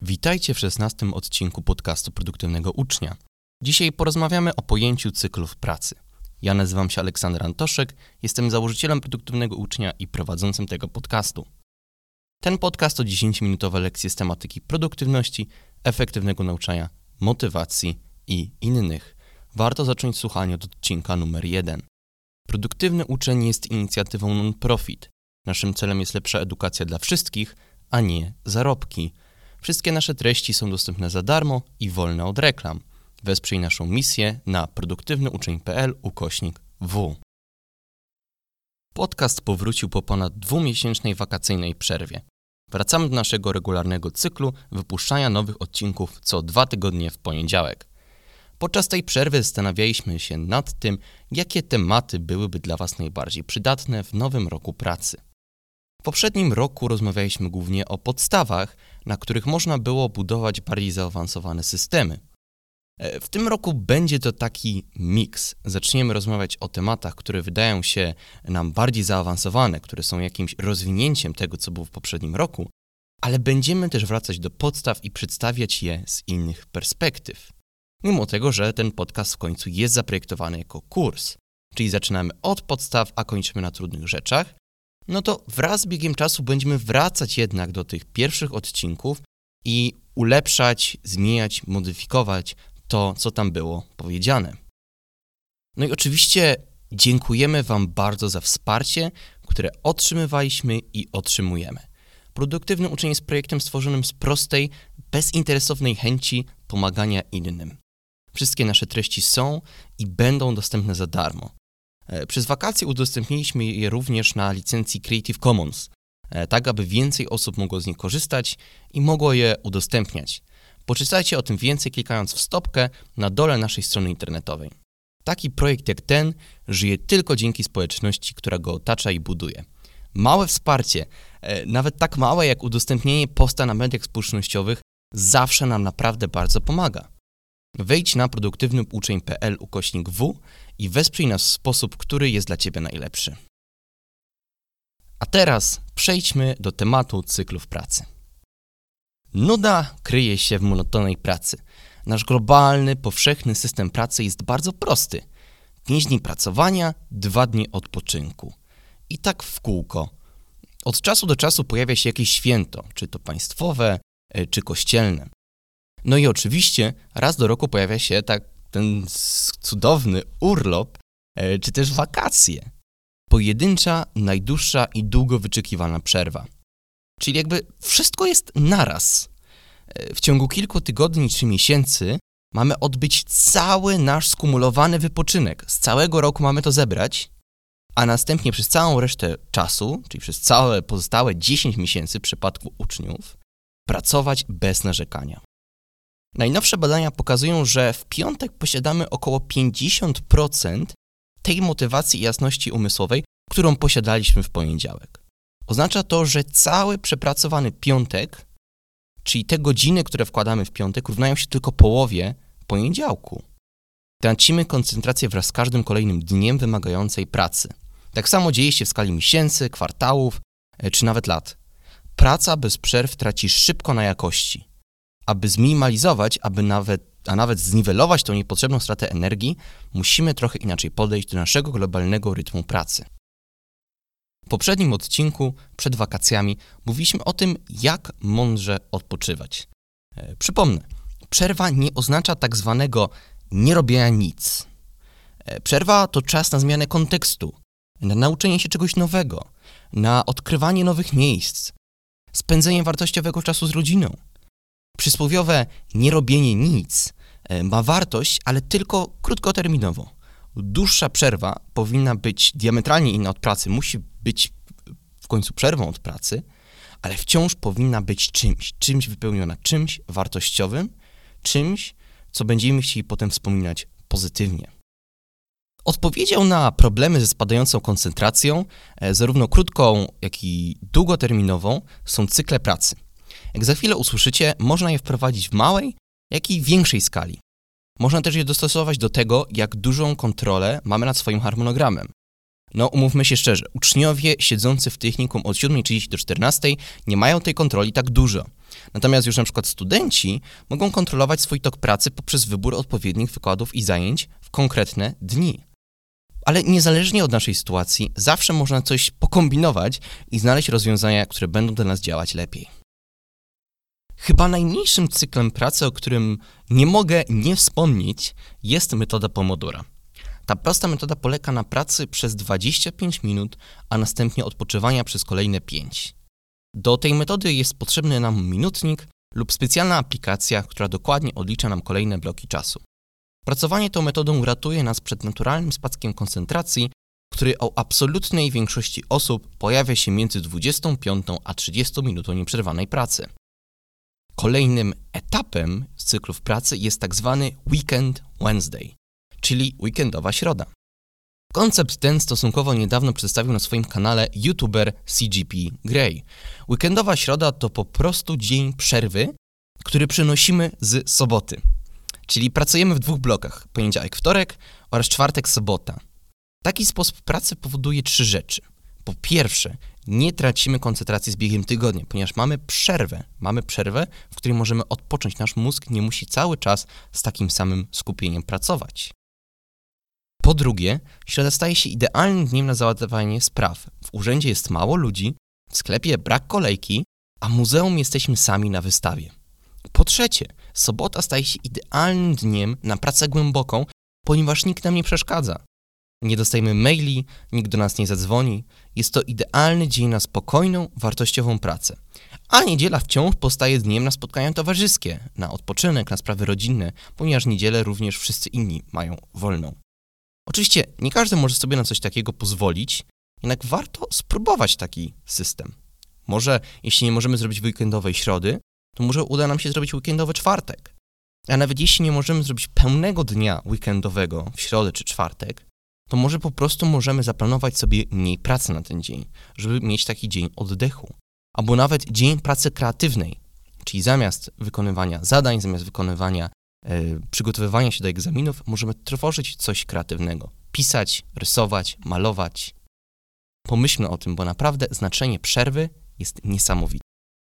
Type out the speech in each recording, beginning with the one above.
Witajcie w 16. odcinku podcastu Produktywnego Ucznia. Dzisiaj porozmawiamy o pojęciu cyklów pracy. Ja nazywam się Aleksander Antoszek, jestem założycielem Produktywnego Ucznia i prowadzącym tego podcastu. Ten podcast to 10-minutowe lekcje z tematyki produktywności, efektywnego nauczania, motywacji i innych. Warto zacząć słuchanie od odcinka numer 1. Produktywny Uczeń jest inicjatywą non-profit. Naszym celem jest lepsza edukacja dla wszystkich, a nie zarobki. Wszystkie nasze treści są dostępne za darmo i wolne od reklam. Wesprzyj naszą misję na produktywnyuczeń.pl/w. Podcast powrócił po ponad 2-miesięcznej wakacyjnej przerwie. Wracamy do naszego regularnego cyklu wypuszczania nowych odcinków co 2 tygodnie w poniedziałek. Podczas tej przerwy zastanawialiśmy się nad tym, jakie tematy byłyby dla Was najbardziej przydatne w nowym roku pracy. W poprzednim roku rozmawialiśmy głównie o podstawach, na których można było budować bardziej zaawansowane systemy. W tym roku będzie to taki miks. Zaczniemy rozmawiać o tematach, które wydają się nam bardziej zaawansowane, które są jakimś rozwinięciem tego, co było w poprzednim roku, ale będziemy też wracać do podstaw i przedstawiać je z innych perspektyw. Mimo tego, że ten podcast w końcu jest zaprojektowany jako kurs, czyli zaczynamy od podstaw, a kończymy na trudnych rzeczach, no to wraz z biegiem czasu będziemy wracać jednak do tych pierwszych odcinków i ulepszać, zmieniać, modyfikować to, co tam było powiedziane. No i oczywiście dziękujemy Wam bardzo za wsparcie, które otrzymywaliśmy i otrzymujemy. Produktywny Uczeń jest projektem stworzonym z prostej, bezinteresownej chęci pomagania innym. Wszystkie nasze treści są i będą dostępne za darmo. Przez wakacje udostępniliśmy je również na licencji Creative Commons, tak aby więcej osób mogło z nich korzystać i mogło je udostępniać. Poczytajcie o tym więcej klikając w stopkę na dole naszej strony internetowej. Taki projekt jak ten żyje tylko dzięki społeczności, która go otacza i buduje. Małe wsparcie, nawet tak małe jak udostępnienie posta na mediach społecznościowych, zawsze nam naprawdę bardzo pomaga. Wejdź na produktywnyuczeń.pl/w i wesprzyj nas w sposób, który jest dla Ciebie najlepszy. A teraz przejdźmy do tematu cyklów pracy. Nuda kryje się w monotonnej pracy. Nasz globalny, powszechny system pracy jest bardzo prosty. 5 dni pracowania, 2 dni odpoczynku. I tak w kółko. Od czasu do czasu pojawia się jakieś święto, czy to państwowe, czy kościelne. No i oczywiście raz do roku pojawia się ten cudowny urlop, czy też wakacje. Pojedyncza, najdłuższa i długo wyczekiwana przerwa. Czyli jakby wszystko jest naraz. W ciągu kilku tygodni czy miesięcy mamy odbyć cały nasz skumulowany wypoczynek. Z całego roku mamy to zebrać, a następnie przez całą resztę czasu, czyli przez całe pozostałe 10 miesięcy w przypadku uczniów, pracować bez narzekania. Najnowsze badania pokazują, że w piątek posiadamy około 50% tej motywacji i jasności umysłowej, którą posiadaliśmy w poniedziałek. Oznacza to, że cały przepracowany piątek, czyli te godziny, które wkładamy w piątek, równają się tylko połowie poniedziałku. Tracimy koncentrację wraz z każdym kolejnym dniem wymagającej pracy. Tak samo dzieje się w skali miesięcy, kwartałów czy nawet lat. Praca bez przerw traci szybko na jakości. Aby zminimalizować, a nawet zniwelować tą niepotrzebną stratę energii, musimy trochę inaczej podejść do naszego globalnego rytmu pracy. W poprzednim odcinku, przed wakacjami, mówiliśmy o tym, jak mądrze odpoczywać. Przypomnę, przerwa nie oznacza tak zwanego nierobienia nic. Przerwa to czas na zmianę kontekstu, na nauczenie się czegoś nowego, na odkrywanie nowych miejsc, spędzenie wartościowego czasu z rodziną. Przysłowiowe nierobienie nic ma wartość, ale tylko krótkoterminowo. Dłuższa przerwa powinna być diametralnie inna od pracy, musi być w końcu przerwą od pracy, ale wciąż powinna być czymś wypełniona, czymś wartościowym, czymś, co będziemy chcieli potem wspominać pozytywnie. Odpowiedzią na problemy ze spadającą koncentracją, zarówno krótką, jak i długoterminową, są cykle pracy. Jak za chwilę usłyszycie, można je wprowadzić w małej, jak i większej skali. Można też je dostosować do tego, jak dużą kontrolę mamy nad swoim harmonogramem. No umówmy się szczerze, uczniowie siedzący w technikum od 7:30 do 14:00 nie mają tej kontroli tak dużo. Natomiast już na przykład studenci mogą kontrolować swój tok pracy poprzez wybór odpowiednich wykładów i zajęć w konkretne dni. Ale niezależnie od naszej sytuacji, zawsze można coś pokombinować i znaleźć rozwiązania, które będą dla nas działać lepiej. Chyba najmniejszym cyklem pracy, o którym nie mogę nie wspomnieć, jest metoda Pomodora. Ta prosta metoda polega na pracy przez 25 minut, a następnie odpoczywania przez kolejne 5. Do tej metody jest potrzebny nam minutnik lub specjalna aplikacja, która dokładnie odlicza nam kolejne bloki czasu. Pracowanie tą metodą ratuje nas przed naturalnym spadkiem koncentracji, który u absolutnej większości osób pojawia się między 25 a 30 minutą nieprzerwanej pracy. Kolejnym etapem z cyklów pracy jest tak zwany Weekend Wednesday, czyli weekendowa środa. Koncept ten stosunkowo niedawno przedstawił na swoim kanale youtuber CGP Grey. Weekendowa środa to po prostu dzień przerwy, który przenosimy z soboty. Czyli pracujemy w 2 blokach, poniedziałek, wtorek oraz czwartek, sobota. Taki sposób pracy powoduje 3 rzeczy. Po pierwsze, nie tracimy koncentracji z biegiem tygodnia, ponieważ mamy przerwę, w której możemy odpocząć. Nasz mózg nie musi cały czas z takim samym skupieniem pracować. Po drugie, środa staje się idealnym dniem na załatwianie spraw. W urzędzie jest mało ludzi, w sklepie brak kolejki, a w muzeum jesteśmy sami na wystawie. Po trzecie, sobota staje się idealnym dniem na pracę głęboką, ponieważ nikt nam nie przeszkadza. Nie dostajemy maili, nikt do nas nie zadzwoni. Jest to idealny dzień na spokojną, wartościową pracę. A niedziela wciąż postaje dniem na spotkania towarzyskie, na odpoczynek, na sprawy rodzinne, ponieważ niedzielę również wszyscy inni mają wolną. Oczywiście nie każdy może sobie na coś takiego pozwolić, jednak warto spróbować taki system. Może jeśli nie możemy zrobić weekendowej środy, to może uda nam się zrobić weekendowy czwartek. A nawet jeśli nie możemy zrobić pełnego dnia weekendowego w środę czy czwartek, to może po prostu możemy zaplanować sobie mniej pracy na ten dzień, żeby mieć taki dzień oddechu. Albo nawet dzień pracy kreatywnej, czyli zamiast wykonywania zadań, zamiast wykonywania przygotowywania się do egzaminów, możemy tworzyć coś kreatywnego. Pisać, rysować, malować. Pomyślmy o tym, bo naprawdę znaczenie przerwy jest niesamowite.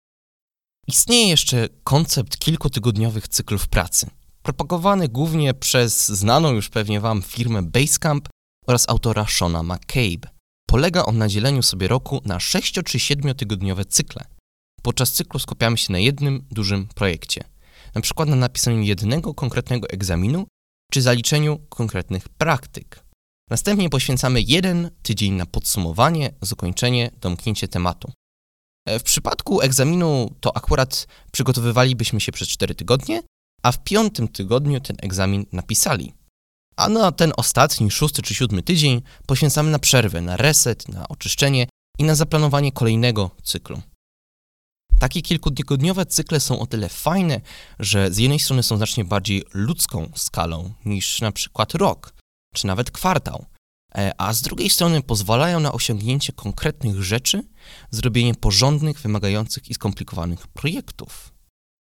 Istnieje jeszcze koncept kilkutygodniowych cyklów pracy, propagowany głównie przez znaną już pewnie Wam firmę Basecamp oraz autora Seana McCabe. Polega on na dzieleniu sobie roku na 6 czy 7-tygodniowe cykle. Podczas cyklu skupiamy się na jednym dużym projekcie, na przykład na napisaniu jednego konkretnego egzaminu czy zaliczeniu konkretnych praktyk. Następnie poświęcamy 1 tydzień na podsumowanie, zakończenie, domknięcie tematu. W przypadku egzaminu to akurat przygotowywalibyśmy się przez 4 tygodnie, a w 5. tygodniu ten egzamin napisali. A na ten ostatni, 6. czy 7. tydzień poświęcamy na przerwę, na reset, na oczyszczenie i na zaplanowanie kolejnego cyklu. Takie kilkutygodniowe cykle są o tyle fajne, że z jednej strony są znacznie bardziej ludzką skalą niż na przykład rok, czy nawet kwartał, a z drugiej strony pozwalają na osiągnięcie konkretnych rzeczy, zrobienie porządnych, wymagających i skomplikowanych projektów.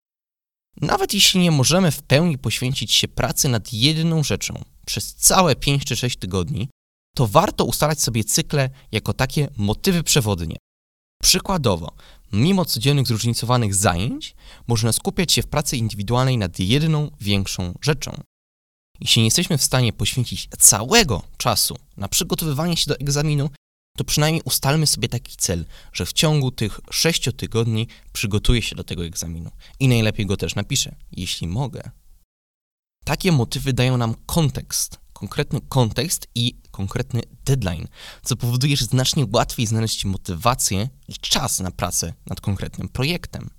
Nawet jeśli nie możemy w pełni poświęcić się pracy nad jedną rzeczą przez całe 5 czy 6 tygodni, to warto ustalać sobie cykle jako takie motywy przewodnie. Przykładowo, mimo codziennych zróżnicowanych zajęć, można skupiać się w pracy indywidualnej nad jedną większą rzeczą. Jeśli nie jesteśmy w stanie poświęcić całego czasu na przygotowywanie się do egzaminu, to przynajmniej ustalmy sobie taki cel, że w ciągu tych 6 tygodni przygotuję się do tego egzaminu i najlepiej go też napiszę, jeśli mogę. Takie motywy dają nam konkretny kontekst i konkretny deadline, co powoduje, że znacznie łatwiej znaleźć motywację i czas na pracę nad konkretnym projektem.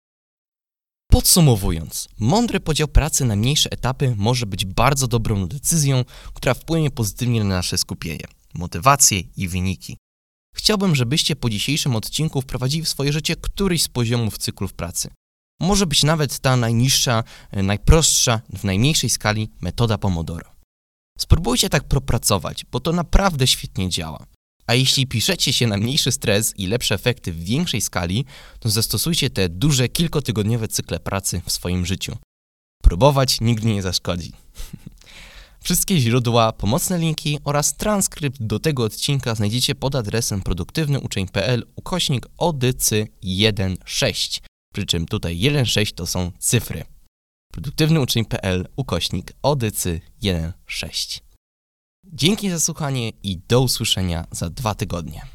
Podsumowując, mądry podział pracy na mniejsze etapy może być bardzo dobrą decyzją, która wpłynie pozytywnie na nasze skupienie, motywację i wyniki. Chciałbym, żebyście po dzisiejszym odcinku wprowadzili w swoje życie któryś z poziomów cyklów pracy. Może być nawet ta najniższa, najprostsza, w najmniejszej skali metoda Pomodoro. Spróbujcie tak popracować, bo to naprawdę świetnie działa. A jeśli piszecie się na mniejszy stres i lepsze efekty w większej skali, to zastosujcie te duże, kilkutygodniowe cykle pracy w swoim życiu. Próbować nigdy nie zaszkodzi. Wszystkie źródła, pomocne linki oraz transkrypt do tego odcinka znajdziecie pod adresem produktywnyuczeń.pl/odycy16. Przy czym tutaj 1.6 to są cyfry. produktywnyuczeń.pl/odycy16. Dzięki za słuchanie i do usłyszenia za 2 tygodnie.